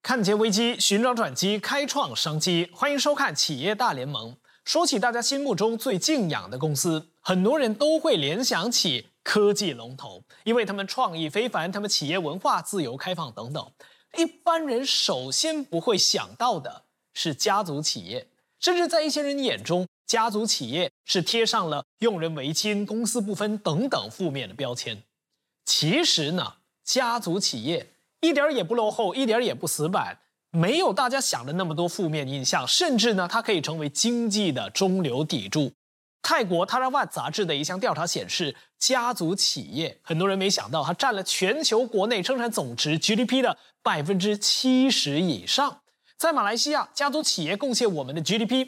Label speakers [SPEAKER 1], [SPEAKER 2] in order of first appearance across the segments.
[SPEAKER 1] 看见危机，寻找转机，开创商机。欢迎收看企业大联盟。说起大家心目中最敬仰的公司，很多人都会联想起科技龙头，因为他们创意非凡，他们企业文化自由开放等等。一般人首先不会想到的是家族企业，甚至在一些人眼中，家族企业是贴上了用人唯亲、公私不分等等负面的标签。其实呢，家族企业一点也不落后，一点也不死板，没有大家想的那么多负面印象，甚至呢，它可以成为经济的中流砥柱。泰国 Tarawan 杂志的一项调查显示，家族企业很多人没想到，它占了全球国内生产总值 GDP 的70%以上。在马来西亚，家族企业贡献我们的 GDP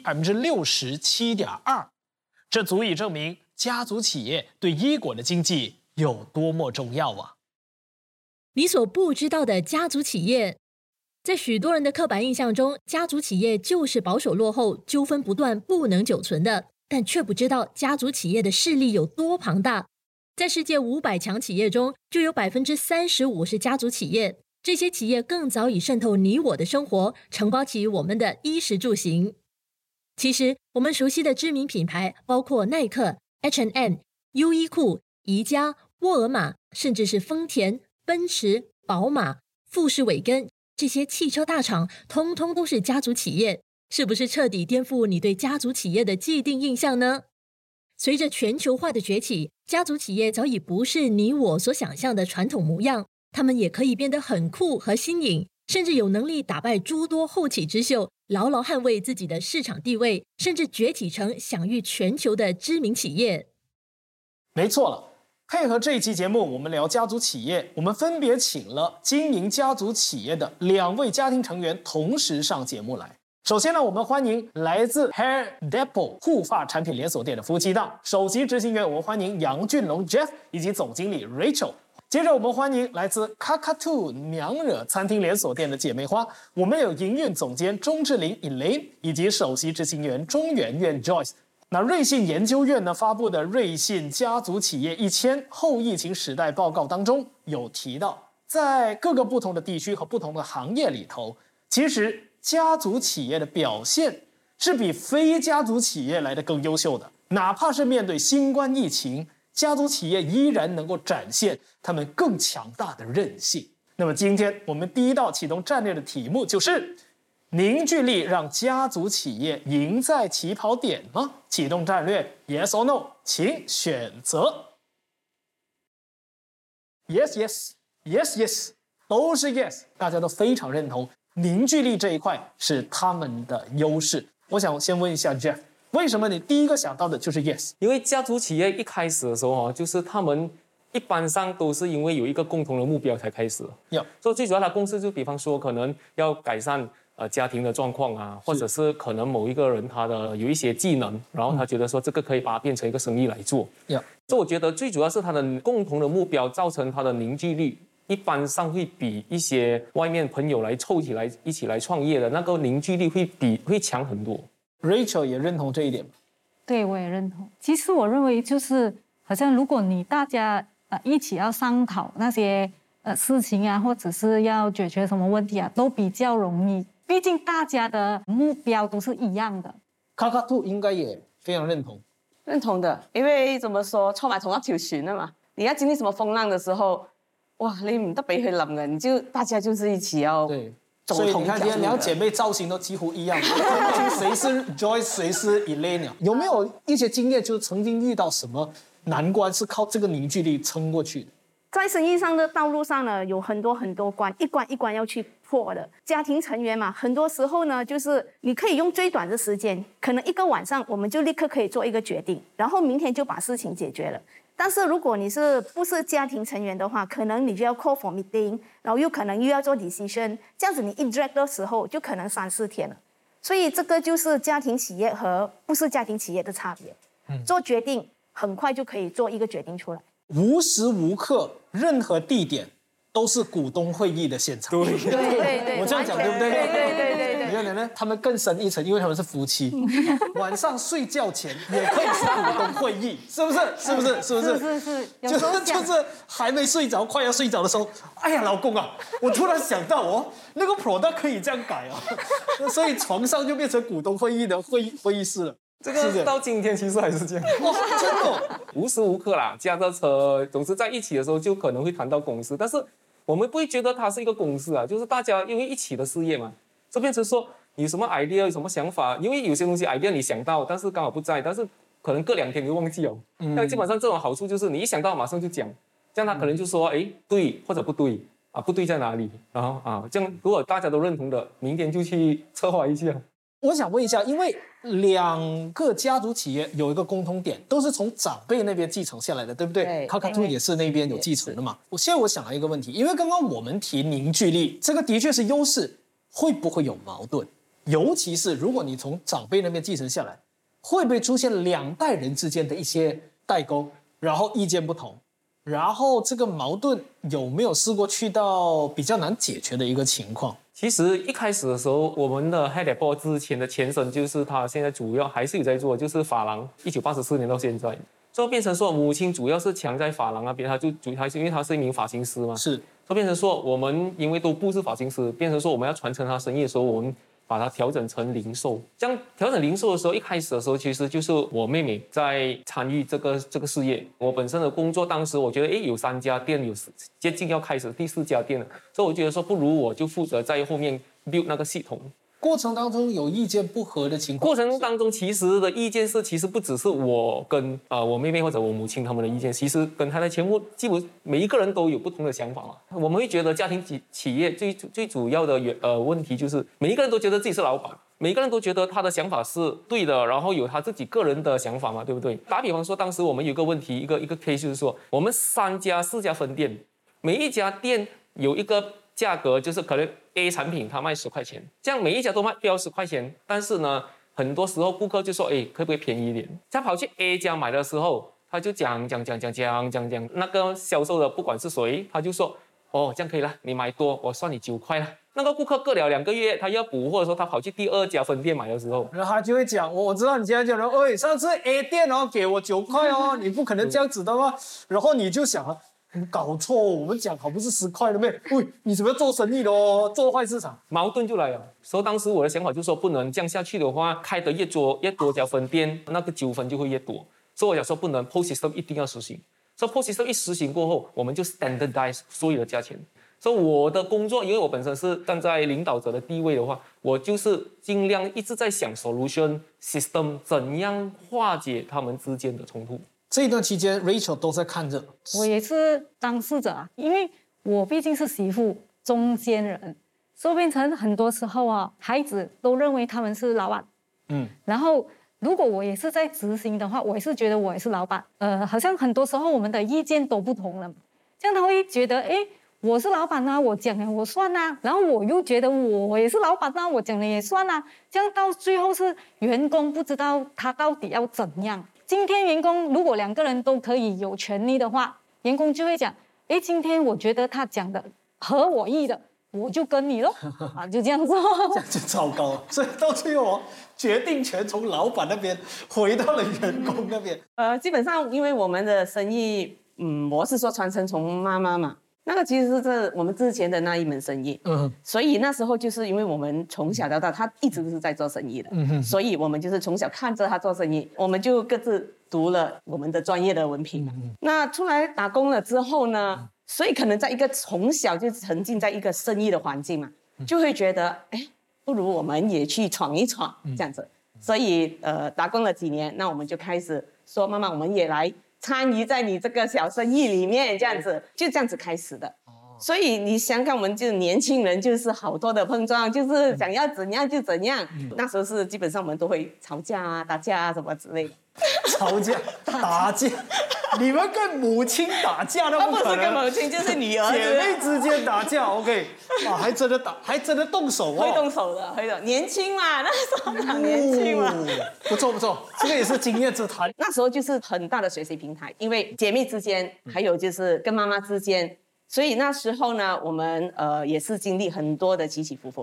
[SPEAKER 1] 67.2%，这足以证明家族企业对一国的经济有多么重要啊！
[SPEAKER 2] 你所不知道的家族企业，在许多人的刻板印象中，家族企业就是保守落后、纠纷不断、不能久存的，但却不知道家族企业的势力有多庞大。在世界500强企业中，就有35%是家族企业。这些企业更早已渗透你我的生活，承包起我们的衣食住行。其实，我们熟悉的知名品牌包括耐克、H&M、优衣库、宜家、沃尔玛，甚至是丰田、奔驰、宝马、富士韦根，这些汽车大厂通通都是家族企业，是不是彻底颠覆你对家族企业的既定印象呢？随着全球化的崛起，家族企业早已不是你我所想象的传统模样，他们也可以变得很酷和新颖，甚至有能力打败诸多后起之秀，牢牢捍卫自己的市场地位，甚至崛起成享誉全球的知名企业。
[SPEAKER 1] 没错了。配合这一期节目，我们聊家族企业，我们分别请了经营家族企业的2位家庭成员同时上节目来。首先呢，我们欢迎来自 Hair Depot 护发产品连锁店的夫妻档首席执行员，我们欢迎杨俊龙 Jeff 以及总经理 Rachel。接着我们欢迎来自 Kakatu 娘惹餐厅连锁店的姐妹花，我们有营运总监钟志玲 Elaine 以及首席执行员中原院 Joyce。那瑞信研究院呢发布的瑞信家族企业1000后疫情时代报告当中有提到，在各个不同的地区和不同的行业里头，其实家族企业的表现是比非家族企业来的更优秀的。哪怕是面对新冠疫情，家族企业依然能够展现他们更强大的韧性。那么今天我们第一道启动战略的题目就是凝聚力让家族企业赢在起跑点吗？启动战略 Yes or No， 请选择。Yes yes yes yes， 都是 yes， 大家都非常认同凝聚力这一块是他们的优势。我想先问一下 Jeff， 为什么你第一个想到的就是 yes？
[SPEAKER 3] 因为家族企业一开始的时候就是他们一般上都是因为有一个共同的目标才开始。所以最主要的公司就比方说可能要改善家庭的状况啊，或者是可能某一个人他的有一些技能，然后他觉得说这个可以把它变成一个生意来做。所以我觉得最主要是他的共同的目标造成他的凝聚力，一般上会比一些外面朋友来凑起来一起来创业的那个凝聚力会强很多。
[SPEAKER 1] Rachel 也认同这一点吗？
[SPEAKER 4] 对，我也认同。其实我认为就是好像如果你大家一起要商讨那些事情啊，或者是要解决什么问题啊，都比较容易。毕竟大家的目标都是一样的。
[SPEAKER 1] Kakatu 应该也非常认同
[SPEAKER 5] 的，因为怎么说，凑埋同一条船啊嘛。你要经历什么风浪的时候，哇，你唔得俾佢冧嘅，你就大家就是一起要
[SPEAKER 1] 对。所以你看今天两姐妹造型都几乎一样，谁是 Joyce 谁是 Elaine， 有没有一些经验，就是曾经遇到什么难关是靠这个凝聚力撑过去的？
[SPEAKER 6] 在生意上的道路上呢，有很多关，一关一关要去破的。家庭成员嘛，很多时候呢，就是你可以用最短的时间，可能1个晚上，我们就立刻可以做一个决定，然后明天就把事情解决了。但是如果你不是家庭成员的话，可能你就要 call for meeting， 然后可能又要做 decision， 这样子你一 drag 的时候就可能3-4天了。所以这个就是家庭企业和不是家庭企业的差别。做决定很快就可以做一个决定出来。
[SPEAKER 1] 无时无刻任何地点都是股东会议的现场。
[SPEAKER 6] 对，
[SPEAKER 1] 我这样讲对不对？
[SPEAKER 6] 对。
[SPEAKER 1] 爷奶奶他们更深一层，因为他们是夫妻，晚上睡觉前也可以是股东会议，是不是？
[SPEAKER 4] 是，有时候
[SPEAKER 1] 就是还没睡着，快要睡着的时候，哎呀，老公啊，我突然想到哦，那个 product 可以这样改哦，所以床上就变成股东会议的会议室了。
[SPEAKER 3] 这个到今天其实还是这样，
[SPEAKER 1] 真的，
[SPEAKER 3] 无时无刻啦，驾着车，总是在一起的时候就可能会谈到公司，但是我们不会觉得它是一个公司啊，就是大家因为一起的事业嘛，就变成说你有什么 idea 有什么想法，因为有些东西 idea 你想到，但是刚好不在，但是可能隔2天你就忘记了。那基本上这种好处就是你一想到马上就讲，这样他可能就说，哎，对或者不对啊，不对在哪里，然后这样如果大家都认同的，明天就去策划一下。
[SPEAKER 1] 我想问一下，因为2个家族企业有一个共同点，都是从长辈那边继承下来的，对不对？
[SPEAKER 5] 对
[SPEAKER 1] ，Kakadu也是那边有继承的嘛。现在我想了一个问题，因为刚刚我们提凝聚力，这个的确是优势，会不会有矛盾？尤其是如果你从长辈那边继承下来，会不会出现2代人之间的一些代沟，然后意见不同，然后这个矛盾有没有试过去到比较难解决的一个情况？
[SPEAKER 3] 其实一开始的时候，我们的 Headboard 之前的前身就是他现在主要还是有在做，就是发廊，1984年到现在，就变成说母亲主要是强在发廊那边，他是因为他是一名发型师嘛，
[SPEAKER 1] 是，
[SPEAKER 3] 就变成说我们因为都不是发型师，变成说我们要传承他生意的时候，我们把它调整成零售。这样调整零售的时候，一开始的时候，其实就是我妹妹在参与这个事业。我本身的工作，当时我觉得，有3家店，有接近要开始第4家店了，所以我觉得说，不如我就负责在后面 build 那个系统。
[SPEAKER 1] 过程当中有意见不合的情况？
[SPEAKER 3] 过程当中，其实的意见是，其实不只是我跟我妹妹或者我母亲他们的意见，其实跟他的全部几乎每一个人都有不同的想法嘛。我们会觉得家庭企业最主要的问题就是每一个人都觉得自己是老板，每一个人都觉得他的想法是对的，然后有他自己个人的想法嘛，对不对？打比方说，当时我们有一个问题，一个 case 就是说，我们4家分店，每一家店有一个价格，就是可能 A 产品它卖10块钱，这样每一家都卖标10块钱，但是呢，很多时候顾客就说，可不可以便宜一点？他跑去 A 家买的时候，他就讲，那个销售的不管是谁，他就说，这样可以了，你买多，我算你9块了。那个顾客过了2个月，他要补货的时候，他跑去第2家分店买的时候，
[SPEAKER 1] 然后他就会讲，我知道你现在讲的，上次 A 店给我9块哦，你不可能这样子的吗？然后你就想搞错，我们讲好不是10块了没？你怎么要做生意的哦？做坏市场，矛盾就来了。所以当时我的想法就是说，不能这样下去的话，开的越多家分店，那个纠纷就会越多。所以我想说，不能 POS system 一定要实行。所以 POS system 一实行过后，我们就 standardize 所有的价钱。所以我的工作，因为我本身是站在领导者的地位的话，我就是尽量一直在想 solution system 怎样化解他们之间的冲突。 这一段期间 ，Rachel 都在看着。
[SPEAKER 4] 我也是当事者啊，因为我毕竟是媳妇，中间人，所以变成很多时候孩子都认为他们是老板。然后如果我也是在执行的话，我也是觉得我也是老板。好像很多时候我们的意见都不同了，这样他会觉得，我是老板啊，我讲了我算啊，然后我又觉得我也是老板啊，我讲了也算啊，这样到最后是员工不知道他到底要怎样。今天员工如果2个人都可以有权利的话，员工就会讲，今天我觉得他讲的合我意的，我就跟你咯，就这样做。
[SPEAKER 1] 这样就糟糕了。所以到最后决定权从老板那边回到了员工那边。
[SPEAKER 5] 基本上因为我们的生意，模式说传承从妈妈嘛。那个其实是我们之前的那一门生意，所以那时候就是因为我们从小到大，他一直都是在做生意的，所以我们就是从小看着他做生意，我们就各自读了我们的专业的文凭。那出来打工了之后呢，所以可能在一个从小就沉浸在一个生意的环境嘛，就会觉得，不如我们也去闯一闯这样子。所以打工了几年，那我们就开始说，妈妈，我们也来参与在你这个小生意里面，这样子就这样子开始的。所以你想看，我们就年轻人就是好多的碰撞，就是想要怎样就怎样。那时候是基本上我们都会吵架啊、打架啊什么之类的。
[SPEAKER 1] 吵架、打架，你们跟母亲打架都不可能。
[SPEAKER 5] 不是跟母亲，就是女儿
[SPEAKER 1] 姐妹之间打架 ，OK， 还真的打，还真的动手
[SPEAKER 5] 会动手的，会的。年轻嘛，那时候很年轻嘛。
[SPEAKER 1] 不错，这个也是经验之谈。
[SPEAKER 5] 那时候就是很大的学习平台，因为姐妹之间，还有就是跟妈妈之间，所以那时候呢，我们也是经历很多的起起伏伏。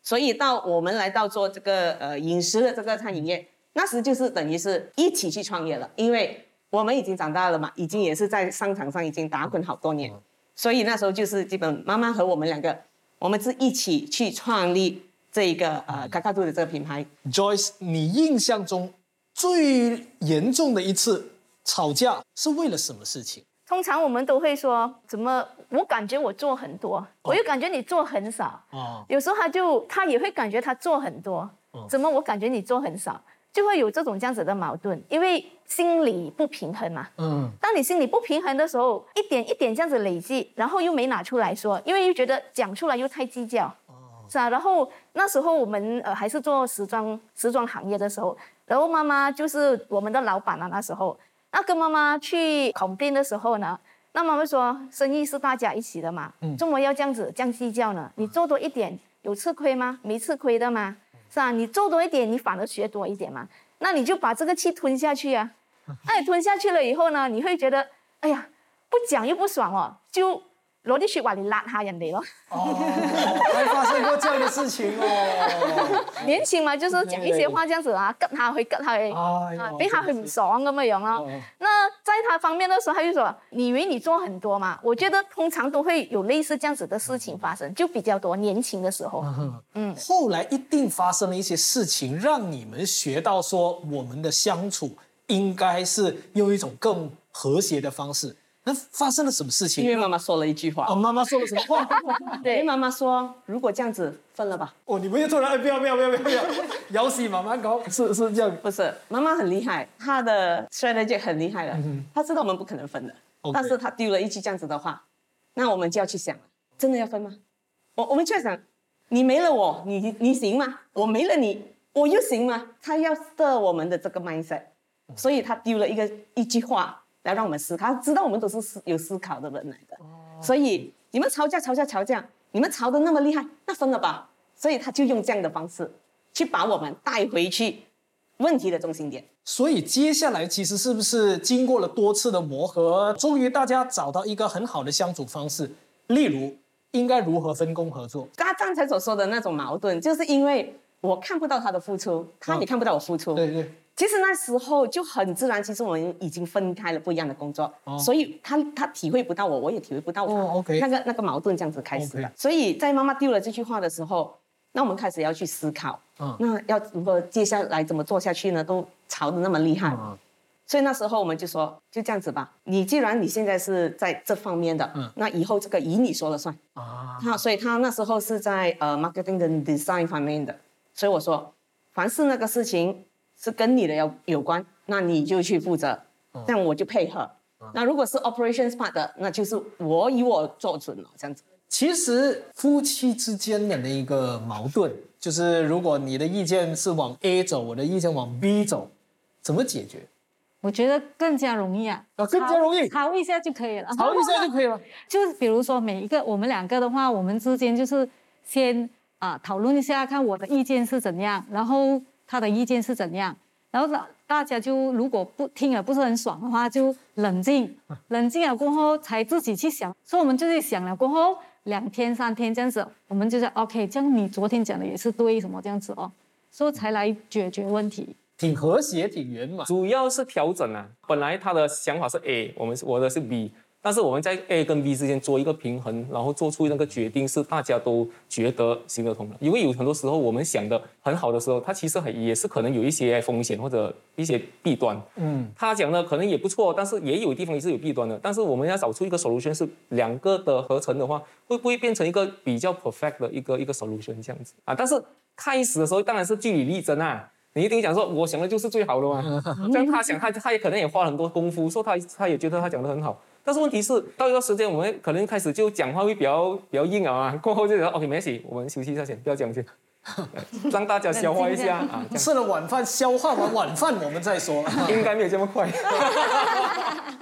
[SPEAKER 5] 所以到我们来到做这个饮食的这个餐饮业，那时就是等于是一起去创业了，因为我们已经长大了嘛，已经也是在商场上已经打滚好多年，所以那时候就是基本妈妈和我们两个，我们是一起去创立这一个卡卡杜的这个品牌。
[SPEAKER 1] Joyce， 你印象中最严重的一次吵架是为了什么事情？
[SPEAKER 6] 通常我们都会说，怎么我感觉我做很多，我又感觉你做很少。有时候他也会感觉他做很多，怎么我感觉你做很少，就会有这种这样子的矛盾，因为心理不平衡嘛。当你心理不平衡的时候，一点一点这样子累积，然后又没拿出来说，因为又觉得讲出来又太计较，是啊。然后那时候我们还是做时装行业的时候，然后妈妈就是我们的老板啊，那时候。那跟妈妈去complain的时候呢，那妈妈说生意是大家一起的嘛，怎么要这样子这样计较呢？你做多一点有吃亏吗？没吃亏的嘛，是吧？你做多一点，你反而学多一点嘛，那你就把这个气吞下去啊。那你吞下去了以后呢，你会觉得哎呀不讲又不爽哦，就攞啲說話嚟辣下人哋咯。
[SPEAKER 1] 还发生过这样的事情哦。
[SPEAKER 6] 年輕嘛，就是講一些話這樣子啊，吉下去，俾下去唔爽咁嘅樣咯。那在他方面的時候，他就說：你以為你做很多嘛？我覺得通常都會有類似這樣子的事情發生，就比較多年輕的時候。
[SPEAKER 1] 後來一定發生了一些事情，讓你們學到說，我們的相處應該是用一種更和諧的方式。那發生了什麼事情？
[SPEAKER 5] 因為媽媽說了一句話。
[SPEAKER 1] 媽媽說了什麼話？
[SPEAKER 5] 對，媽媽說：如果這樣子分了吧。
[SPEAKER 1] 你們又突然不要，有事慢慢講，是這樣。
[SPEAKER 5] 不是，媽媽很厲害，她的 strategy 很厲害的，她知道我們不可能分的，但是她丟了一句這樣子的話，那我們就要去想了，真的要分嗎？我們就要想，你沒了我，你行嗎？我沒了你，我又行嗎？她要設我們的這個 mindset， 所以她丟了一句話。來讓我們思考，知道我們都是有思考的人來的，所以你們吵架，你們吵得那麼厲害，那分了吧。所以他就用這樣的方式去把我們帶回去問題的中心點。
[SPEAKER 1] 所以接下來其實是不是經過了多次的磨合，終於大家找到一個很好的相處方式？例如應該如何分工合作？
[SPEAKER 5] 他剛才所說的那種矛盾，就是因為我看不到他的付出，他也看不到我付出。對。其實那時候就很自然，其實我們已經分開了不一樣的工作，所以他體會不到我，我也體會不到他。那個矛盾這樣子開始了。所以在媽媽丟了這句話的時候，那我們開始要去思考，那要如何接下來怎麼做下去呢？都吵得那麼厲害，所以那時候我們就說，就這樣子吧。你既然你現在是在這方面的，那以後這個以你說了算。所以他那時候是在marketing 的 design 方面的，所以我說，凡是那個事情是跟你的有關，那你就去負責，這樣我就配合。那如果是 operations part 的，那就是我以我做準了，這樣子。
[SPEAKER 1] 其實夫妻之間的一個矛盾，就是如果你的意見是往 A 走，我的意見往 B 走，怎麼解決？
[SPEAKER 4] 我覺得更加容易啊，
[SPEAKER 1] 更加容易，
[SPEAKER 4] 吵一下就可以了，
[SPEAKER 1] 吵一下就可以了。
[SPEAKER 4] 就是比如說每一個我們兩個的話，我們之間就是先討論一下，看我的意見是怎樣，然後他的意見是怎樣，然後大家就如果不聽了不是很爽的話，就冷靜了過後才自己去想。所以我們就是想了過後2天3天這樣子，我們就說 OK， 這樣你昨天講的也是對，什麼這樣子哦，所以才來解決問題。
[SPEAKER 1] 挺和諧，挺圓滿。
[SPEAKER 3] 主要是調整啊，本來他的想法是 A， 我的是 B。但是我們在 A 跟 B 之間做一個平衡，然後做出那個決定是大家都覺得行得通的。因為有很多時候我們想的很好的時候，它其實也是可能有一些風險或者一些弊端。他講的可能也不錯，但是也有地方也是有弊端的。但是我們要找出一個 solution，是兩個的合成的話，會不會變成一個比較 perfect 的一個 solution 這樣子啊？但是開始的時候當然是據理力爭啊。你一定講說我想的就是最好的嘛，這樣他想他也可能也花了很多功夫，說他也覺得他講得很好。但是問題是到一個時間，我們可能開始就講話會比較硬啊，過後就講 OK 沒事，我們休息一下先，不要講先，讓大家消化一下啊。
[SPEAKER 1] 吃了晚飯，消化完晚飯我們再說，
[SPEAKER 3] 應該沒有這麼快。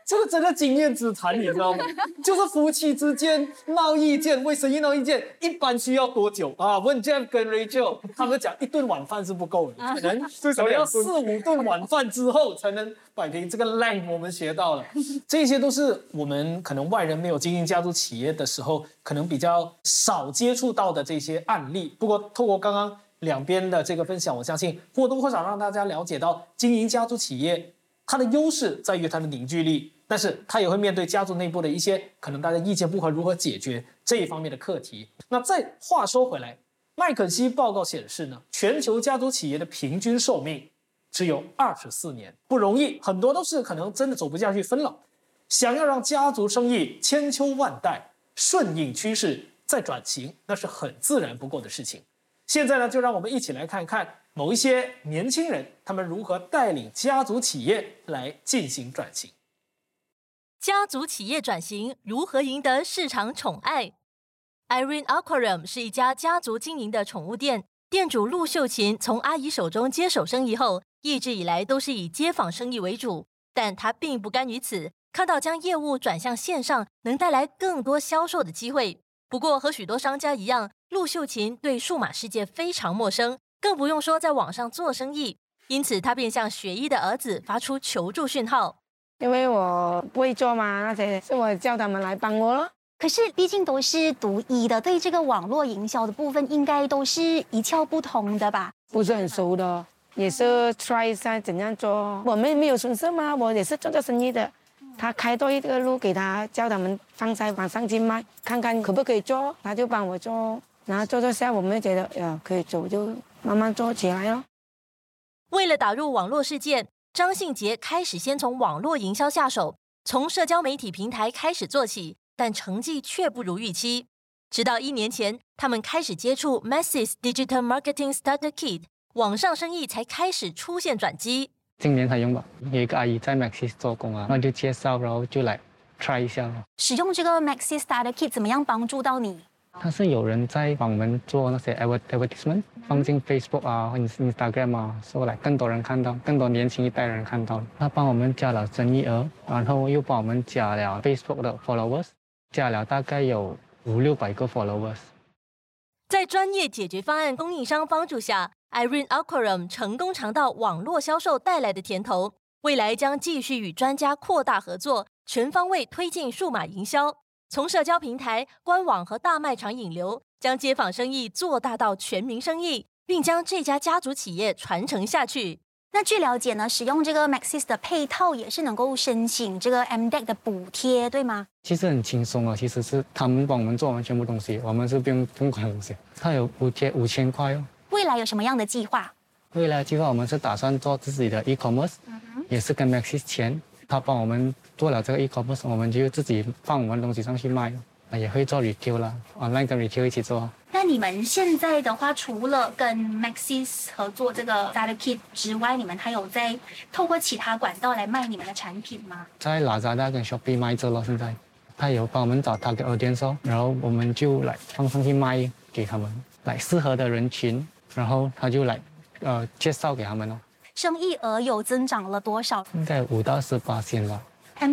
[SPEAKER 1] 这个真的经验之谈，你知道吗？就是夫妻之间闹意见，为生意闹意见，一般需要多久啊？问 Jeff 跟 Rachel， 他们讲一顿晚饭是不够的，可能要4-5顿晚饭之后才能摆平这个 line。我们学到了，这些都是我们可能外人没有经营家族企业的时候，可能比较少接触到的这些案例。不过透过刚刚两边的这个分享，我相信或多或少让大家了解到经营家族企业。它的优势在于它的凝聚力，但是它也会面对家族内部的一些可能大家意见不合如何解决这一方面的课题。那再话说回来，麦肯锡报告显示呢，全球家族企业的平均寿命只有24年，不容易，很多都是可能真的走不下去分了。想要让家族生意千秋万代，顺应趋势再转型，那是很自然不过的事情。现在呢，就让我们一起来看看某一些年轻人，他们如何带领家族企业来进行转型。
[SPEAKER 2] 家族企业转型如何赢得市场宠爱？ Irene Aquarium 是一家家族经营的宠物店，店主陆秀琴从阿姨手中接手生意后，一直以来都是以街访生意为主，但她并不甘于此，看到将业务转向线上能带来更多销售的机会。不过和许多商家一样，陆秀琴对数码世界非常陌生，更不用说在网上做生意，因此他便向学医的儿子发出求助讯号。
[SPEAKER 7] 因为我不会做嘛，那些是我叫他们来帮我咯。
[SPEAKER 8] 可是毕竟都是读医的，对这个网络营销的部分应该都是一窍不通的吧？
[SPEAKER 7] 不是很熟的，也是 try 一下怎样做。我们没有损失嘛，我也是做生意的。他开多一个路给他，叫他们放在网上去卖，看看可不可以做，他就帮我做。然后做下，我们觉得可以做，就慢慢做起来咯。
[SPEAKER 2] 为了打入网络世界，张信杰开始先从网络营销下手，从社交媒体平台开始做起，但成绩却不如预期。直到1年前，他们开始接触 Maxis Digital Marketing Starter Kit， 网上生意才开始出现转机。
[SPEAKER 9] 今年才用吧，有一个阿姨在 Maxis 做工啊，然后就介绍，然后就来 try 一下。
[SPEAKER 8] 使用这个 Maxis Starter Kit 怎么样帮助到你？
[SPEAKER 9] 它是有人在帮我们做那些 advertisement， 放进 Facebook 啊、Instagram 啊，所以来更多人看到，更多年轻一代人看到。他帮我们加了生意额，然后又帮我们加了 Facebook 的 followers， 加了大概有500-600个 followers。
[SPEAKER 2] 在专业解决方案供应商帮助下， Irene Aquarium 成功尝到网络销售带来的甜头，未来将继续与专家扩大合作，全方位推进数码营销。从社交平台、官网和大卖场引流，将街访生意做大到全民生意，并将这家家族企业传承下去。
[SPEAKER 8] 那据了解呢，使用这个 Maxis 的配套也是能够申请这个 MDEC 的补贴，对吗？
[SPEAKER 9] 其实很轻松啊，其实是他们帮我们做完全部东西，我们是不用管东西。他有补贴5000块哦。
[SPEAKER 8] 未来有什么样的计划？
[SPEAKER 9] 未来计划我们是打算做自己的 e-commerce，也是跟 Maxis 签。他帮我们做了这个 e-commerce， 我们就自己放我们东西上去卖，也会做 retail 啦 ，online 跟 retail 一起做。
[SPEAKER 8] 那你们现在的话，除了跟 Maxis 合作这个 Starter Kit 之外，你们还有在透过其他管道来卖你们的产品吗？
[SPEAKER 9] 在 Lazada 跟 Shopee 卖着咯，现在他有帮我们找target audience，然后我们就来放上去卖给他们，来适合的人群，然后他就来介绍给他们咯。
[SPEAKER 8] 生意额有增长了多少？
[SPEAKER 9] 应该5-10%吧。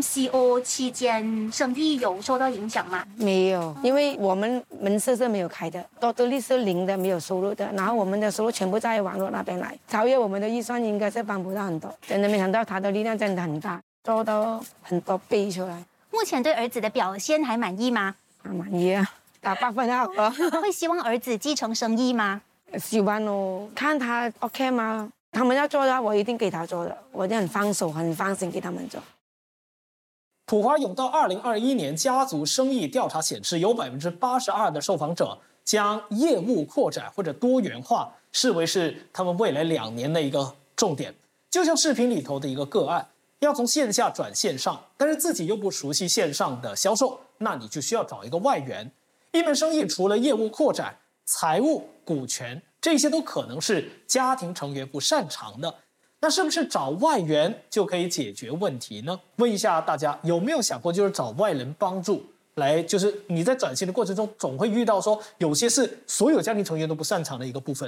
[SPEAKER 8] MCO 期间生意有受到影响吗？
[SPEAKER 7] 没有，因为我们门市是没有开的，多多利是0的，没有收入的。然后我们的收入全部在网络那边来，超越我们的预算，应该是帮不到很多。真的没想到他的力量真的很大，做到很多倍出来。
[SPEAKER 8] 目前对儿子的表现还满意吗？
[SPEAKER 7] 满意啊，打8分好了。
[SPEAKER 8] 会希望儿子继承生意吗？
[SPEAKER 7] 希望哦，看他 OK 吗？他们要做的话，我一定给他做的，我就很放手、很放心给他们做。
[SPEAKER 1] 普华永道2021年家族生意调查显示，有82%的受访者将业务扩展或者多元化视为是他们未来2年的一个重点。就像视频里头的一个个案，要从线下转线上，但是自己又不熟悉线上的销售，那你就需要找一个外援。一门生意除了业务扩展、财务、股权，这些都可能是家庭成员不擅长的。那是不是找外援就可以解决问题呢？问一下大家有没有想过，就是找外人帮助来，就是你在转型的过程中，总会遇到说有些是所有家庭成员都不擅长的一个部分。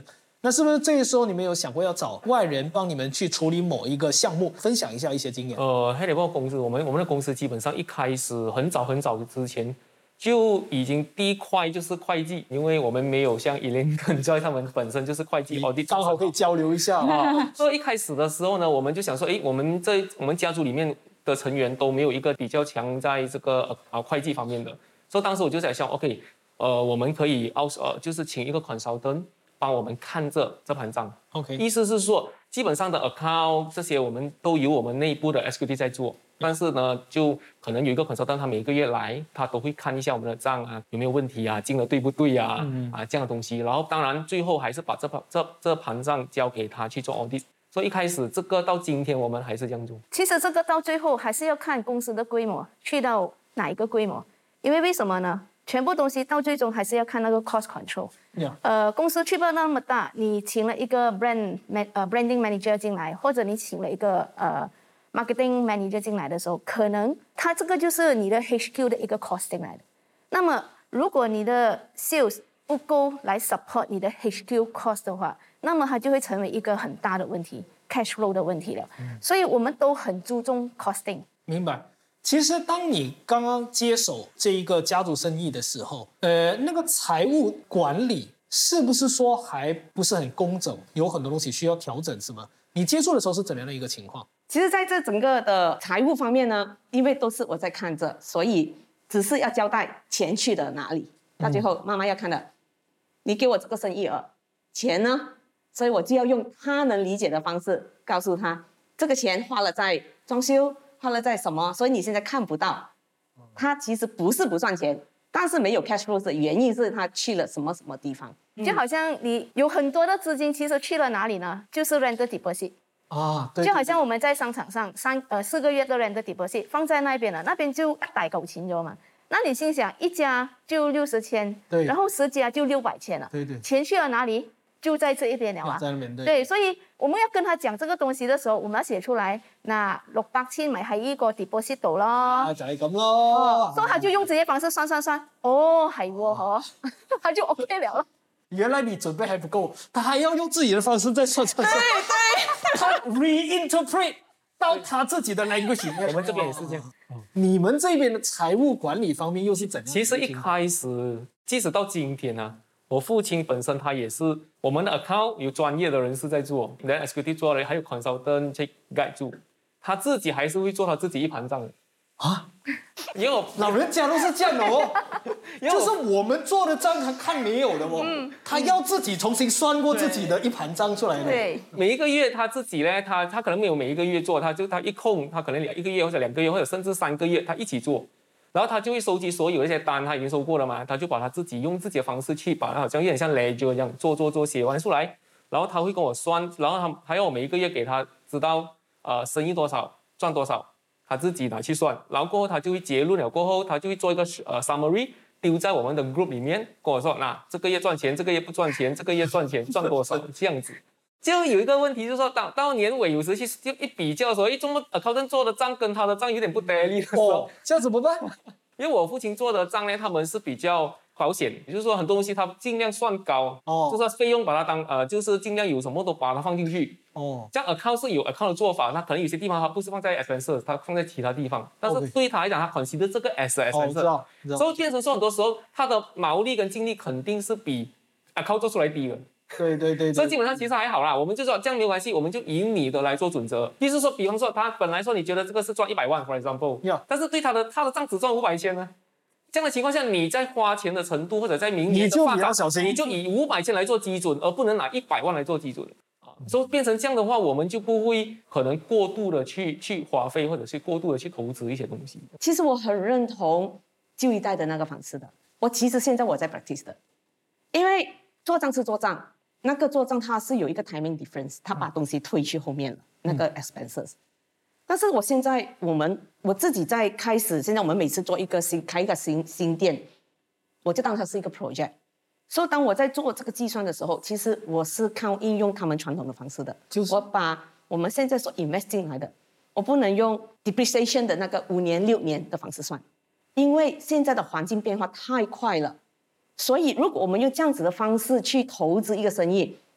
[SPEAKER 1] 那是不是这个时候你们有想过要找外人帮你们去处理某一个项目，分享一下一些经验？
[SPEAKER 3] 黑雷豹公司，我们的公司基本上一开始很早之前就已经第一块就是会计，因为我们没有像 Elaine 跟 Joy 他们本身就是会计 audit，
[SPEAKER 1] 刚好可以交流一下啊。
[SPEAKER 3] 所以一开始的时候呢，我们就想说，我们家族里面的成员都没有一个比较强在这个会计方面的，所以当时我就在想 ，OK， 我们可以就是请一个 consultant。帮我们看这盘账
[SPEAKER 1] ，OK，
[SPEAKER 3] 意思是说，基本上的 account 这些我们都由我们内部的 executive 在做，但是呢，就可能有一个 consultant，他每个月来，他都会看一下我们的账啊，有没有问题啊，进的对不对啊，这样的东西。然后当然最后还是把这盘账交给他去做 audit。所以一开始这个到今天我们还是这样做。
[SPEAKER 6] 其实这个到最后还是要看公司的规模，去到哪一个规模，因为什么呢？全部东西到最终还是要看那个 cost control。公司去不那么大，你请了一个 branding manager 进来，或者你请了一个marketing manager 进来的时候，可能它这个就是你的 HQ 的一个 cost 进来的。那么如果你的 sales 不够来 support 你的 HQ cost 的话，那么它就会成为一个很大的问题 ，cash flow 的问题了。所以我们都很注重 costing。
[SPEAKER 1] 明白。其实，当你刚刚接手这一个家族生意的时候，那个财务管理是不是说还不是很工整，有很多东西需要调整，是吗？你接触的时候是怎样的一个情况？
[SPEAKER 5] 其实，在这整个的财务方面呢，因为都是我在看着，所以只是要交代钱去了哪里。到最后，妈妈要看的，你给我这个生意额，钱呢？所以我就要用他能理解的方式告诉他，这个钱花了在装修。花了在什么？所以你现在看不到，它其实不是不赚钱，但是没有 cash flow 的原因是它去了什么地方。
[SPEAKER 6] 就好像你有很多的资金，其实去了哪里呢？就是 rent deposit
[SPEAKER 1] 啊，对。
[SPEAKER 6] 就好像我们在商场上4个月的 rent deposit 放在那边了，那边就190千咗嘛。那你心想，一家就60千，对，然后10家就600千了，对，钱去了哪里？就在这一边了啊，對，所以我們要跟他講這個東西的時候，我們要寫出來，嗱600千咪喺呢個 deposit 度咯，
[SPEAKER 1] 就係咁咯，
[SPEAKER 6] 所以他就用這些方式算，哦，係喎，嗬，他就 OK 了咯。
[SPEAKER 1] 原來你準備還不夠，他還要用自己的方式再算，
[SPEAKER 6] 對，
[SPEAKER 1] 他 reinterpret 到他自己的 language 裡面。
[SPEAKER 3] 我們這邊也是這樣。
[SPEAKER 1] 你們這邊的財務管理方面又是怎樣？
[SPEAKER 3] 其實一開始，即使到今天啊。我父親本身他也是我們的 account 有專業的人士在做，連 executive 做了，還有 consultant 去 guide 住，他自己還是會做他自己一盤賬的
[SPEAKER 1] 啊。有老人家都是這樣的哦，就是我們做的賬他看沒有的哦，他要自己重新算過自己的一盤賬出來的。
[SPEAKER 6] 對，
[SPEAKER 3] 每一個月他自己呢，他可能沒有每一個月做，他一空，他可能1個月或者2個月或者甚至3個月，他一起做。然後他就會收集所有一些單，他已經收過了嘛，他就把他自己用自己的方式去把它好像有點像 ledger 這樣做寫完出來，然後他會跟我算，然後他還要我每一個月給他知道生意多少賺多少，他自己拿去算，然後過後他就會結論了，過後他就會做一個summary 丟在我們的 group 裡面，跟我說那這個月賺錢，這個月不賺錢，這個月賺錢賺多少這樣子。就有一個問題，就是說到年尾有時去就一比較的時候，這麼accountant做的賬跟他的賬有點不得力的時候，
[SPEAKER 1] 這樣怎麼辦？
[SPEAKER 3] 因為我父親做的賬呢，他們是比較保險，也就是說很多東西他盡量算高，就是費用把它當就是盡量有什麼都把它放進去。這樣 account 是有 account 的做法，他可能有些地方他不是放在 expenses，他放在其他地方，但是對他來講，他 consider 這個 as expenses，所以變成說很多時候他的毛利跟淨利肯定是比 account 做出來低的。
[SPEAKER 1] 對，
[SPEAKER 3] 所以基本上其實還好啦，我們就說這樣沒有關係，我們就以你的來做準則。意思說，比方說他本來說你覺得這個是賺100萬 ，for example， 但是對他的賬只賺500千呢，這樣的情況下，你在花錢的程度或者在明年的發展，你就以500千來做基準，而不能拿100萬來做基準。所以變成這樣的話，我們就不會可能過度的去花費，或者是過度的去投資一些東西。
[SPEAKER 5] 其實我很認同舊一代的那個方式的，其實現在我在 practice 的，因為做賬是做賬。那個做賬它是有一個 timing difference， 它把東西推去後面了，那個 expenses。但是我現在我自己在開始，現在我們每次做開一個新店，我就當它是一個 project。所以當我在做這個計算的時候，其實我是靠應用他們傳統的方式的，我把我們現在所 invest 進來的，我不能用 depreciation 的那個5年6年的方式算，因為現在的環境變化太快了。所以，如果我們用這樣子的方式去投資一個生意，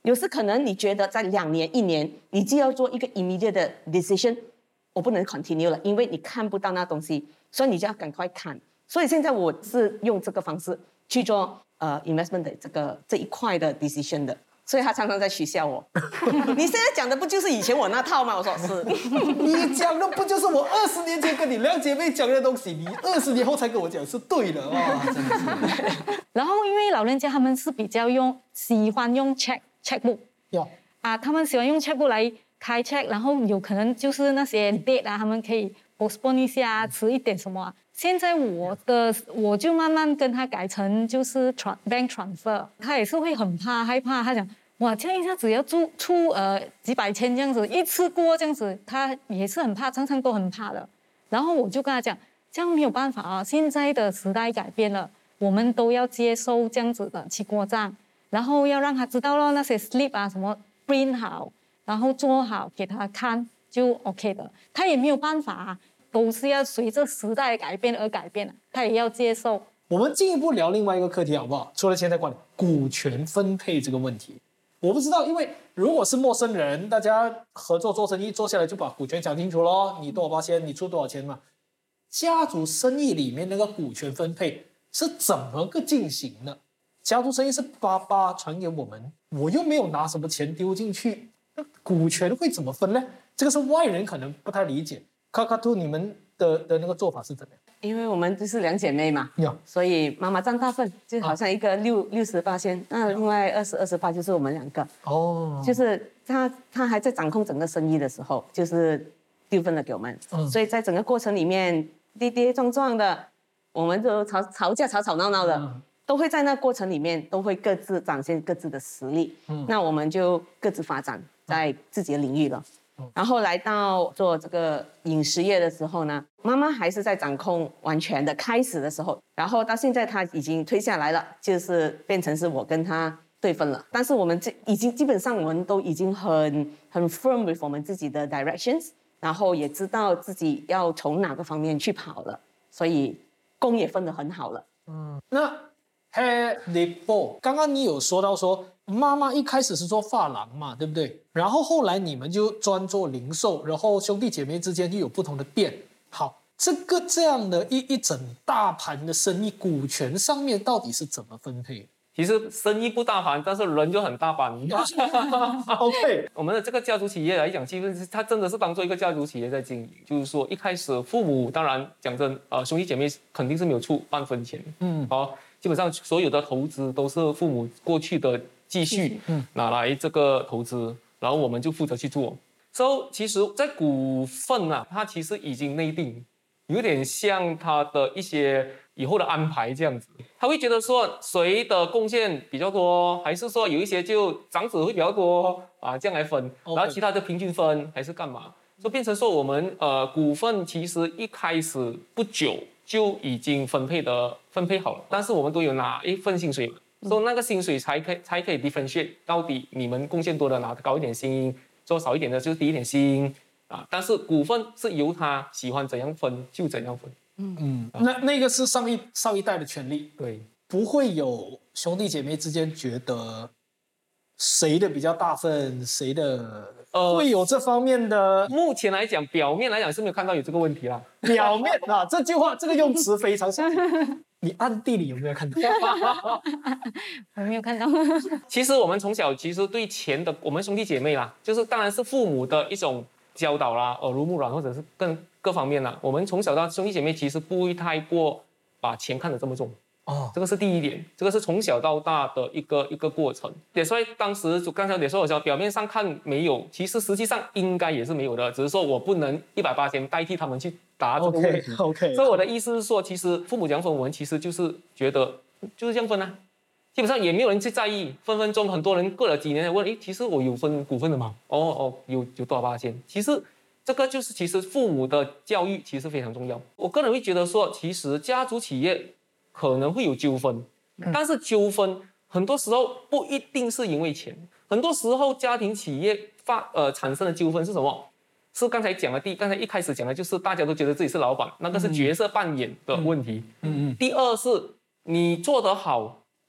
[SPEAKER 5] 有时可能你觉得在2年、1年，你就要做一个 immediate 的 decision， 我不能 continue 了，因为你看不到那东西，所以你就要赶快看。所以现在我是用这个方式去做investment 的这一块的 decision 的。所以他常常在取笑我，你现在讲的不就是以前我那套吗？我说是，
[SPEAKER 1] 你讲的不就是我20年前跟你两姐妹讲的东西，你20年后才跟我讲是对的啊，真的是。
[SPEAKER 4] 然后因为老人家他们是比较喜欢用 checkbook， 他们喜欢用 checkbook 来开 check， 然后有可能就是那些 date 他们可以 postpone 一下，迟一点什么现在我就慢慢跟他改成就是 bank transfer， 他也是会很害怕，他讲哇这样一下子要出几百千这样子，一次过这样子，他也是很怕，常常都很怕的。然后我就跟他讲，这样没有办法现在的时代改变了，我们都要接受这样子的起锅账，然后要让他知道那些 slip 什么 print 好，然后做好给他看就 OK 的，他也没有办法都是要随着时代改变而改变他也要接受。
[SPEAKER 1] 我们进一步聊另外一个课题好不好？除了钱财管理，股权分配这个问题，我不知道，因为如果是陌生人，大家合作做生意，做下来就把股权讲清楚咯，你多少%，你出多少钱嘛。家族生意里面那个股权分配是怎么个进行的？家族生意是爸爸传给我们，我又没有拿什么钱丢进去，那股权会怎么分呢？这个是外人可能不太理解。Kakadu， 你们的那个做法是怎么样？
[SPEAKER 5] 因为我们就是2姐妹嘛，所以妈妈占大份，就好像一个60%，那另外28%就是我们2个。就是他还在掌控整个生意的时候，就是丢分了给我们。所以在整个过程里面，跌跌撞撞的，我们都吵架吵闹闹的，都会在那过程里面都会各自展现各自的实力。那我们就各自发展在自己的领域了。然后来到做这个饮食业的时候呢，妈妈还是在掌控完全的开始的时候，然后到现在她已经退下来了，就是变成是我跟她对分了。但是我们已经基本上我们都已经很 firm with 我们自己的 directions， 然后也知道自己要从哪个方面去跑了，所以工也分得很好了。
[SPEAKER 1] 那刚刚你有说到说妈妈一开始是做发廊嘛，对不对？然后后来你们就专做零售，然后兄弟姐妹之间就有不同的店。好，这样的一整大盘的生意，股权上面到底是怎么分配？
[SPEAKER 3] 其实生意不大盘，但是人就很大盘。
[SPEAKER 1] OK，
[SPEAKER 3] 我们的这个家族企业来讲，其实它真的是当做一个家族企业在经营。就是说，一开始父母当然讲真，兄弟姐妹肯定是没有出半分钱。基本上所有的投资都是父母过去的积蓄拿来这个投资，然后我们就负责去做。所以其实，在股份它其实已经内定，有点像他的一些以后的安排这样子。他会觉得说谁的贡献比较多，还是说有一些就长子会比较多这样来分，然后其他的平均分还是干嘛？就变成说我们股份其实一开始不久就已经分配好了，但是我们都有拿一份薪水，所以那个薪水才可以 differentiate 到底你们贡献多的拿高一点薪，做少一点的就是低一点薪但是股份是由他喜欢怎样分就怎样分。
[SPEAKER 1] 那个是上一代的权利，
[SPEAKER 3] 对，
[SPEAKER 1] 不会有兄弟姐妹之间觉得谁的比较大份，谁的会有这方面的。
[SPEAKER 3] 目前来讲，表面来讲是没有看到有这个问题啦。
[SPEAKER 1] 表面这句话这个用词非常小心。你暗地里有没有看到？
[SPEAKER 4] 我没有看到。
[SPEAKER 3] 其实我们从小其实对钱的，我们兄弟姐妹啦，就是当然是父母的一种教导啦，耳濡目染，或者是各方面啦。我们从小到兄弟姐妹其实不会太过把钱看得这么重。这个是第一点，这个是从小到大的一个过程。所以当时就刚才也说我说，表面上看没有，其实实际上应该也是没有的，只是说我不能180%代替他们去答这个问题。
[SPEAKER 1] OK。
[SPEAKER 3] 所以我的意思是说，其实父母讲分，我们其实就是觉得就是这样分基本上也没有人去在意。分分钟很多人过了几年问，其实我有分股份的吗？有多少%？其实这个就是其实父母的教育其实非常重要。我个人会觉得说，其实家族企业可能会有纠纷，但是纠纷很多时候不一定是因为钱，很多时候家庭企业产生的纠纷是什么？是刚才讲的刚才一开始讲的就是大家都觉得自己是老板，那个是角色扮演的问题。第二是你做得好，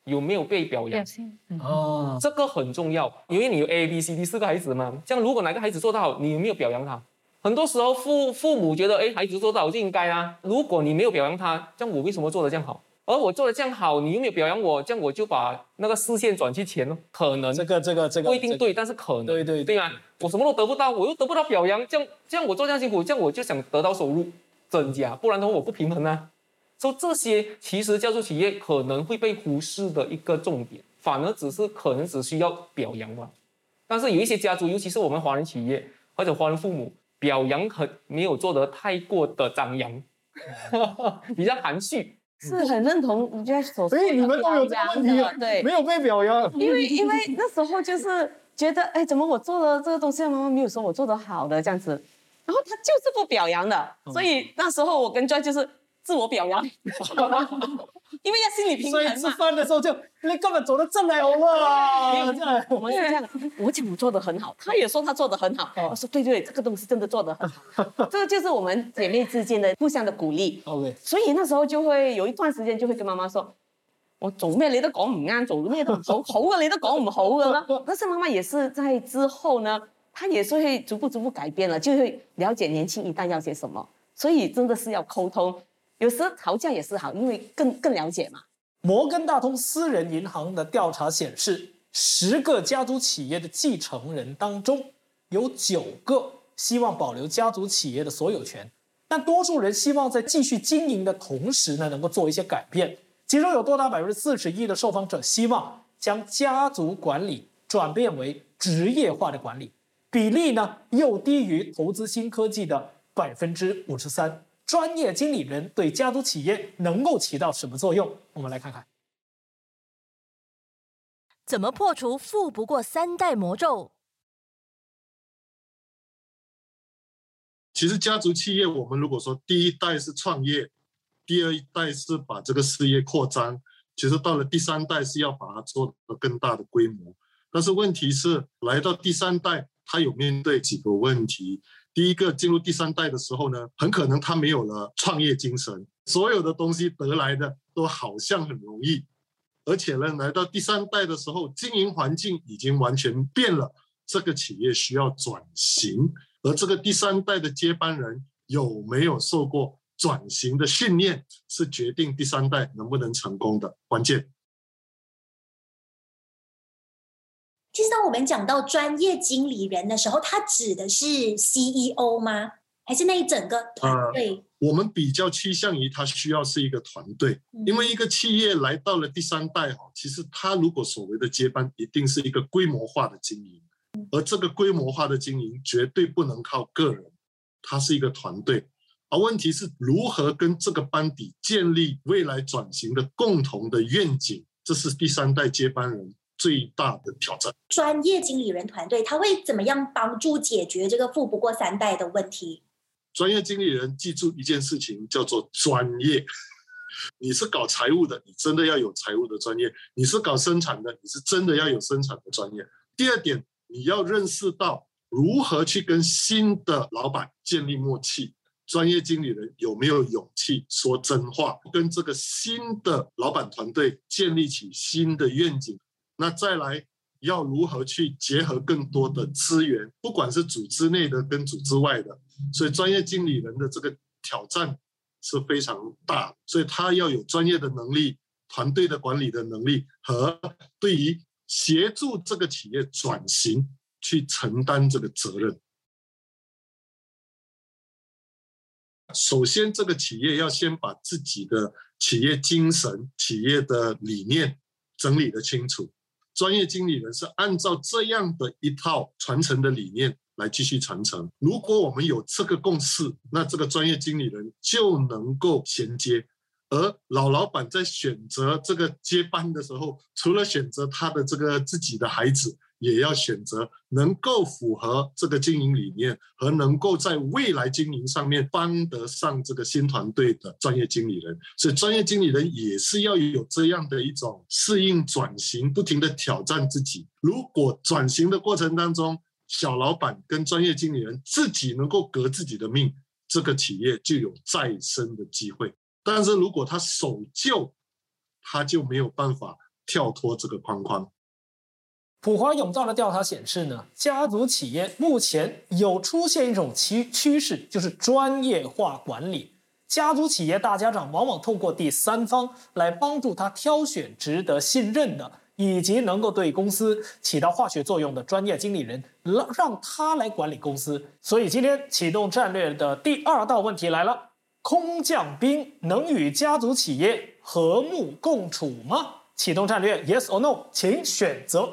[SPEAKER 3] 有没有被表扬？这个很重要，因为你有 A、B、C、D 4个孩子嘛，这样如果哪个孩子做得好，你有没有表扬他？很多时候父母觉得，孩子做得好就应该啊。如果你没有表扬他，这样我为什么做得这样好？而我做得这样好，你有没有表扬我？这样我就把那个视线转去钱了。可能
[SPEAKER 1] 这个
[SPEAKER 3] 不一定对，但是可能对吗？我什么都得不到，我又得不到表扬，这样我做这样辛苦，这样我就想得到收入增加，不然的话我不平衡啊。所以这些其实家族企业可能会被忽视的一个重点，反而可能只需要表扬吧。但是有一些家族，尤其是我们华人企业或者华人父母，表扬没有做得太过的张扬，比较含蓄。
[SPEAKER 5] 是很认同你在所说的，
[SPEAKER 1] 你们都有这个问题啊？
[SPEAKER 5] 对，
[SPEAKER 1] 没有被表扬，
[SPEAKER 5] 因为那时候就是觉得，怎么我做的这个东西，妈妈没有说我做得好的这样子，然后他就是不表扬的，所以那时候我跟Joy就是自我表扬，因为要心理平衡嘛。
[SPEAKER 1] 所以吃饭的时候就你根本走得正来好嘛，
[SPEAKER 5] 我们是这样，我讲我做得很好，他也说他做得很好，我说对，这个东西真的做得很好，这个就是我们姐妹之间的互相的鼓励。
[SPEAKER 1] OK，
[SPEAKER 5] 所以那时候就会有一段時間就會跟媽媽說，我做咩你都講唔啱，做咩都唔好，好嘅你都講唔好嘅啦。但是媽媽也是在之後呢，她也是會逐步改變了，就會了解年輕一代要些什麼，所以真的是要溝通。有時吵架也是好，因為更了解嘛。
[SPEAKER 1] 摩根大通私人銀行的調查顯示，10個家族企業的繼承人當中，有9個希望保留家族企業的所有權。但多數人希望在繼續經營的同時呢，能夠做一些改變。其中有多達41%的受訪者希望將家族管理轉變為職業化的管理，比例呢又低於投資新科技的53%。專業經理人對家族企業能夠起到什麼作用？我們來看看。
[SPEAKER 2] 怎麼破除富不過3代魔咒？
[SPEAKER 10] 其實家族企業，我們如果說第一代是創業，第二代是把這個事業擴張，其實到了第3代是要把它做得更大的規模。但是問題是，來到第3代，他有面對幾個問題。第一個，進入第3代的時候呢，很可能他沒有了創業精神，所有的東西得來的都好像很容易，而且呢，來到第3代的時候，經營環境已經完全變了，這個企業需要轉型，而這個第3代的接班人有沒有受過轉型的訓練，是決定第3代能不能成功的關鍵。
[SPEAKER 11] 其實當我們講到專業經理人的時候，它指的是 CEO 嗎？還是那一整個團隊？
[SPEAKER 10] 我們比較趨向於它需要是一個團隊，因為一個企業來到了第3代，其實它如果所謂的接班，一定是一個規模化的經營，而這個規模化的經營絕對不能靠個人，它是一個團隊。而問題是如何跟這個班底建立未來轉型的共同的願景，這是第3代接班人最大的挑戰。
[SPEAKER 11] 專業經理人團隊，他會怎麼樣幫助解決這個富不過3代的問題？
[SPEAKER 10] 專業經理人記住一件事情，叫做專業。你是搞財務的，你真的要有財務的專業；你是搞生產的，你是真的要有生產的專業。第二點，你要認識到如何去跟新的老闆建立默契。專業經理人有沒有勇氣說真話，跟這個新的老闆團隊建立起新的願景？那再來要如何去結合更多的資源，不管是組織內的跟組織外的，所以專業經理人的這個挑戰是非常大，所以他要有專業的能力、團隊的管理的能力和對於協助這個企業轉型去承擔這個責任。首先，這個企業要先把自己的企業精神、企業的理念整理得清楚。專業經理人是按照這樣的一套傳承的理念來繼續傳承。如果我們有這個共識，那這個專業經理人就能夠銜接。而老闆在選擇這個接班的時候，除了選擇他的這個自己的孩子，也要選擇能夠符合這個經營理念和能夠在未來經營上面幫得上這個新團隊的專業經理人。所以專業經理人也是要有這樣的一種適應轉型，不停地挑戰自己。如果轉型的過程當中，小老闆跟專業經理人自己能夠革自己的命，這個企業就有再生的機會。但是如果他守舊，他就沒有辦法跳脱这个框框。
[SPEAKER 1] 普华永道的调查显示呢，家族企业目前有出现一种趋势，就是专业化管理。家族企业大家长往往透过第三方来帮助他挑选值得信任的，以及能够对公司起到化学作用的专业经理人，让他来管理公司。所以今天启动战略的第2道问题来了：空降兵能与家族企业和睦共处吗？启动战略 Yes or No， 请选择。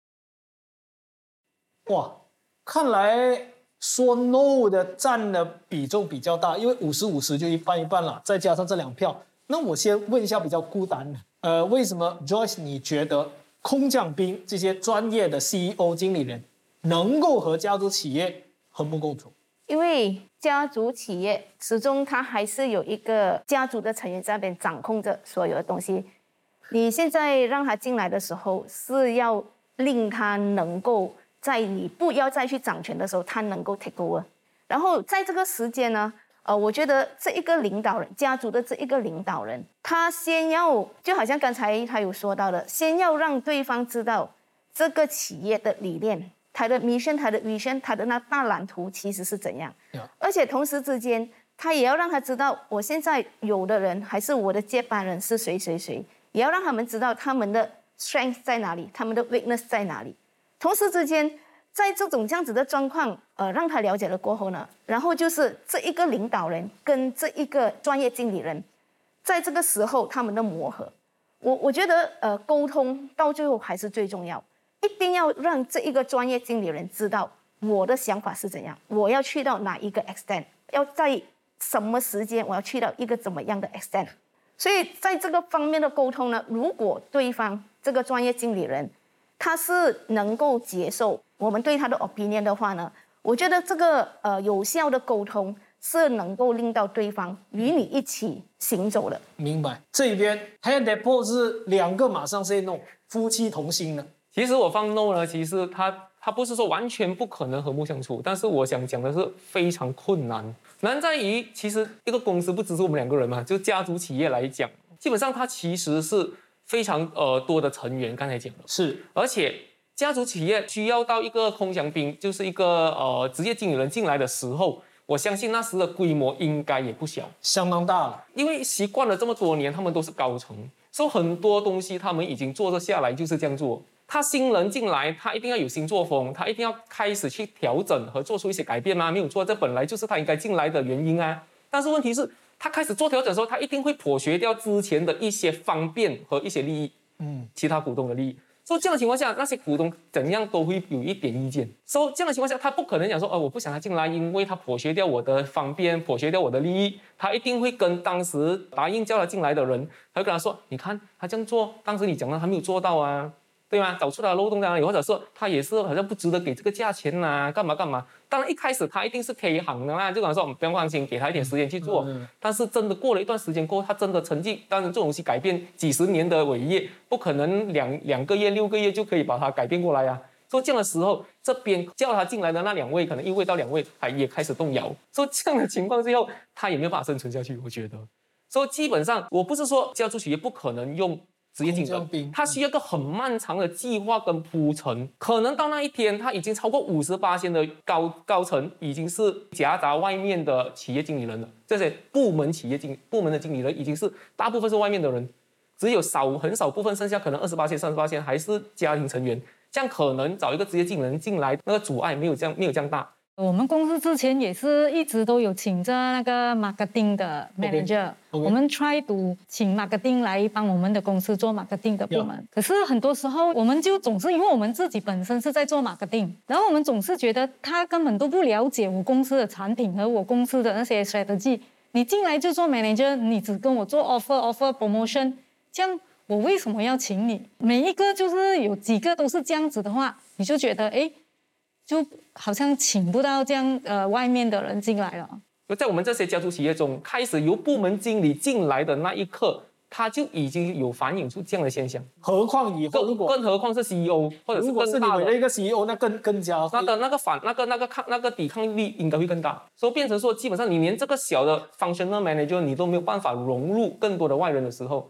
[SPEAKER 1] 哇，看来说 no 的占的比重比较大，因为50-50就一半一半了，再加上这2票。那我先问一下比较孤单的，为什么 Joyce 你觉得空降兵这些专业的 CEO 经理人能够和家族企业和睦共处？
[SPEAKER 6] 因为家族企业始终它还是有一个家族的成员在那边掌控着所有的东西。你现在让他进来的时候，是要令他能够在你不要再去掌权的时候，他能够 take over。然后在这个时间呢，我觉得这一个领导人，家族的这一个领导人，他先要就好像刚才他有说到的，先要让对方知道这个企业的理念，他的 mission、他的 vision、他的那大蓝图其实是怎样。而且同时之间，他也要让他知道，我现在有的人还是我的接班人是谁，也要让他们知道他们的 strength 在哪里，他们的 weakness 在哪里。同时之间，在这种这样子的状况，让他了解了过后呢，然后就是这一个领导人跟这一个专业经理人，在这个时候他们的磨合，我觉得沟通到最后还是最重要，一定要让这一个专业经理人知道我的想法是怎样，我要去到哪一个 extent， 要在什么时间我要去到一个怎么样的 extent。所以在这个方面的沟通呢，如果对方这个专业经理人他是能够接受我们对他的 opinion 的话呢，我觉得这个有效的沟通是能够令到对方与你一起行走的。
[SPEAKER 1] 明白。这边 head depot 是2个马上 say no， 夫妻同心呢？
[SPEAKER 3] 其实我放 no 呢，其实他不是说完全不可能和睦相处，但是我想讲的是非常困难。难在于其实一个公司不只是我们2个人嘛，就家族企业来讲，基本上它其实是非常多的成员，刚才讲的
[SPEAKER 1] 是，
[SPEAKER 3] 而且家族企业需要到一个空降兵，就是一个职业经理人进来的时候，我相信那时的规模应该也不小，
[SPEAKER 1] 相当大了。
[SPEAKER 3] 因为习惯了这么多年，他们都是高层，所以很多东西他们已经做得下来，就是这样做。他新人进来，他一定要有新作风，他一定要开始去调整和做出一些改变啊，没有做，这本来就是他应该进来的原因啊。但是问题是，他开始做调整的时候，他一定会剥削掉之前的一些方便和一些利益，其他股东的利益。所以这样的情况下，那些股东怎样都会有一点意见。所以这样的情况下，他不可能讲说，我不想他进来，因为他剥削掉我的方便，剥削掉我的利益。他一定会跟当时答应叫他进来的人，他会跟他说，你看他这样做，当时你讲了他没有做到啊。对吗？找出来的漏洞在哪里？或者说他也是好像不值得给这个价钱呐，干嘛？当然一开始他一定是可以行的啦，就讲说不用放心，给他一点时间去做。但是真的过了一段时间过后，他真的成绩，当然这种东西改变几十年的伟业，不可能两个月、6个月就可以把它改变过来啊。所以这样的时候，这边叫他进来的那2位，可能1位到2位，他也开始动摇。所以这样的情况之后，他也没有办法生存下去，我觉得。所以基本上，我不是说家族企业不可能用职业竞争，它需要一个很漫长的计划跟铺陈，可能到那一天，它已经超过50%的高层已经是夹杂外面的企业经理人了。这些部门的经理人已经是大部分是外面的人，只有很少部分剩下可能28%、30%还是家庭成员。这样可能找一个职业经理人进来，那个阻碍没有这样大。
[SPEAKER 4] 我们公司之前也是一直都有请着那个 marketing 的 manager， 我们 try to 请 marketing 来帮我们的公司做 marketing 的部门。可是很多时候我们就总是因为我们自己本身是在做 marketing， 然后我们总是觉得他根本都不了解我公司的产品和我公司的那些 strategy。你进来就做 manager， 你只跟我做 offer promotion， 这样我为什么要请你？每一个就是有几个都是这样子的话，你就觉得就好像请不到这样外面的人进来了。
[SPEAKER 3] 在我们这些家族企业中，开始由部门经理进来的那一刻，他就已经有反映出这样的现象。
[SPEAKER 1] 何况以后
[SPEAKER 3] 更何况是 CEO， 或者是更大的
[SPEAKER 1] 一个 CEO， 那更加
[SPEAKER 3] 那个抵抗力应该会更大。所以变成说，基本上你连这个小的 functional manager 你都没有办法融入更多的外人的时候，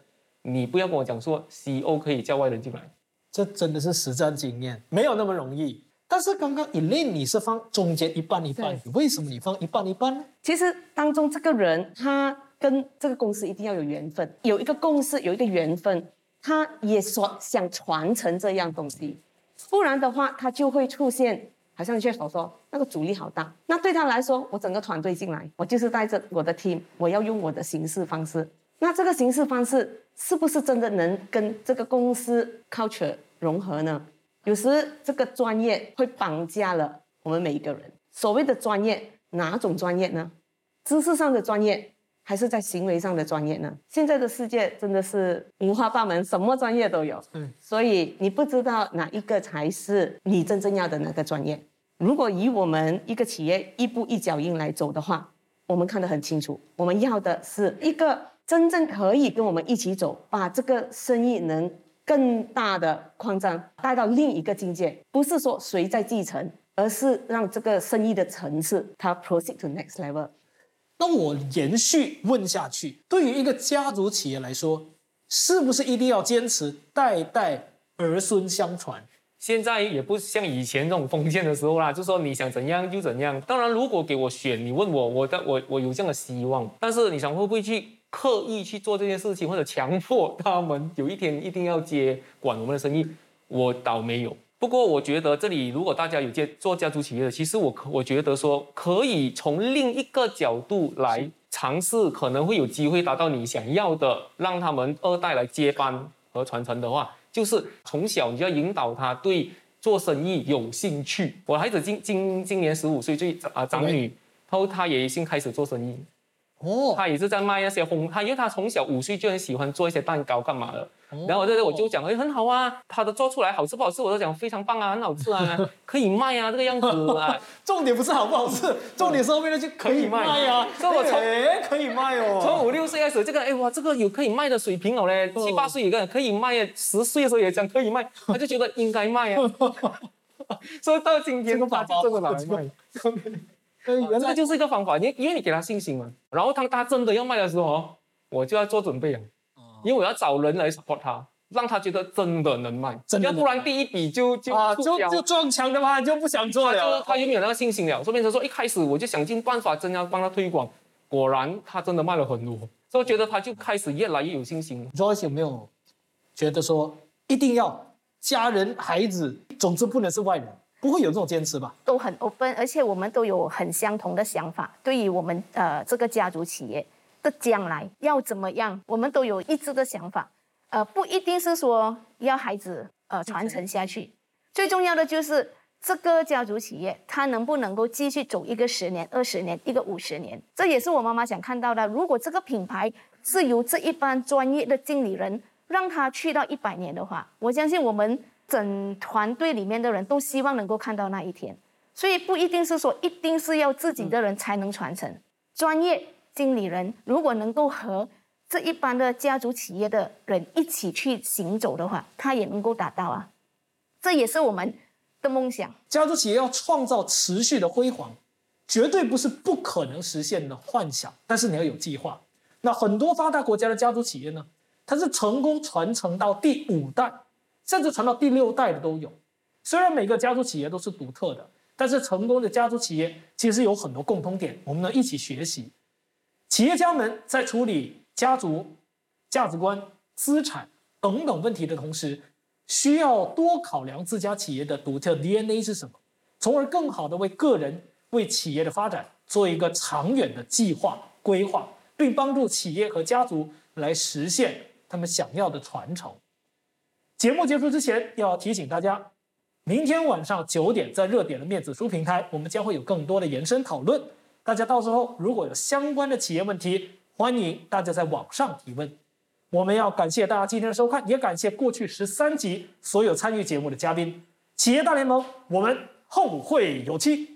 [SPEAKER 3] 你不要跟我讲说 CEO 可以叫外人进来，
[SPEAKER 1] 这真的是实战经验，没有那么容易。但是刚刚Elaine你是放中间一半一半，为什么你放一半一半呢？
[SPEAKER 5] 其实当中这个人他跟这个公司一定要有缘分，有一个共识，有一个缘分，他也想传承这样东西，不然的话他就会出现好像Jeff所说那个阻力好大。那对他来说，我整个团队进来，我就是带着我的 team， 我要用我的行事方式，那这个行事方式是不是真的能跟这个公司 culture 融合呢？有时这个专业会绑架了我们每一个人。所谓的专业，哪种专业呢？知识上的专业，还是在行为上的专业呢？现在的世界真的是五花八门，什么专业都有。所以你不知道哪一个才是你真正要的那个专业。如果以我们一个企业一步一脚印来走的话，我们看得很清楚，我们要的是一个真正可以跟我们一起走，把这个生意能更大的扩张带到另一个境界，不是说谁在继承，而是让这个生意的层次它 proceed to next level。
[SPEAKER 1] 那我延续问下去，对于一个家族企业来说，是不是一定要坚持代代儿孙相传？
[SPEAKER 3] 现在也不像以前那种封建的时候啦，就说你想怎样就怎样。当然，如果给我选，你问我有这样的希望，但是你想会不会去刻意去做这件事情，或者强迫他们有一天一定要接管我们的生意，我倒没有。不过我觉得这里如果大家有做家族企业的，其实我觉得说可以从另一个角度来尝试，可能会有机会达到你想要的，让他们2代来接班和传承的话，就是从小你就要引导他对做生意有兴趣。我孩子今年15岁，长女，然后她也已经开始做生意。他也是在卖那些因为他从小5岁就很喜欢做一些蛋糕干嘛的。然后我就讲，很好啊，他的做出来好吃不好吃，我都讲非常棒啊，很好吃啊，可以卖啊，这个样子啊。
[SPEAKER 1] 重点不是好不好吃，重点是后面那句可以卖啊。所以我可以卖哦。
[SPEAKER 3] 从5、6岁开始，这个哇，这个有可以卖的水平了嘞。7、8岁也可以卖，10岁的时候也讲可以卖，他就觉得应该卖啊。所以到今天他就真的拿来卖。这个就是一个方法，因为你给他信心嘛。然后当他真的要卖的时候，我就要做准备啊。因为我要找人来 support 他，让他觉得真的能卖，要不然第一笔就
[SPEAKER 1] 撞墙的话就不想做了，
[SPEAKER 3] 他就没有那个信心了。所以变成说一开始我就想尽办法真要帮他推广，果然他真的卖了很多，所以我觉得他就开始越来越有信心。
[SPEAKER 1] Joyce 有没有觉得说一定要家人孩子，总之不能是外人？不会有这种坚持吧？
[SPEAKER 6] 都很 open， 而且我们都有很相同的想法。对于我们这个家族企业的将来要怎么样，我们都有一致的想法。不一定是说要孩子传承下去，最重要的就是这个家族企业它能不能够继续走一个10年、20年、一个50年。这也是我妈妈想看到的。如果这个品牌是由这一班专业的经理人让他去到100年的话，我相信我们整团队里面的人都希望能够看到那一天。所以不一定是说一定是要自己的人才能传承，专业经理人如果能够和这一般的家族企业的人一起去行走的话，他也能够达到啊。这也是我们的梦想。
[SPEAKER 1] 家族企业要创造持续的辉煌，绝对不是不可能实现的幻想，但是你要有计划。那很多发达国家的家族企业呢，它是成功传承到第5代，甚至传到第6代的都有。虽然每个家族企业都是独特的，但是成功的家族企业其实有很多共通点，我们呢一起学习。企业家们在处理家族、价值观、资产等等问题的同时，需要多考量自家企业的独特 DNA 是什么，从而更好的为个人、为企业的发展做一个长远的计划规划，并帮助企业和家族来实现他们想要的传承。节目结束之前，要提醒大家，明天晚上9点，在热点的面子书平台，我们将会有更多的延伸讨论。大家到时候如果有相关的企业问题，欢迎大家在网上提问。我们要感谢大家今天的收看，也感谢过去13集所有参与节目的嘉宾。企业大联盟，我们后会有期。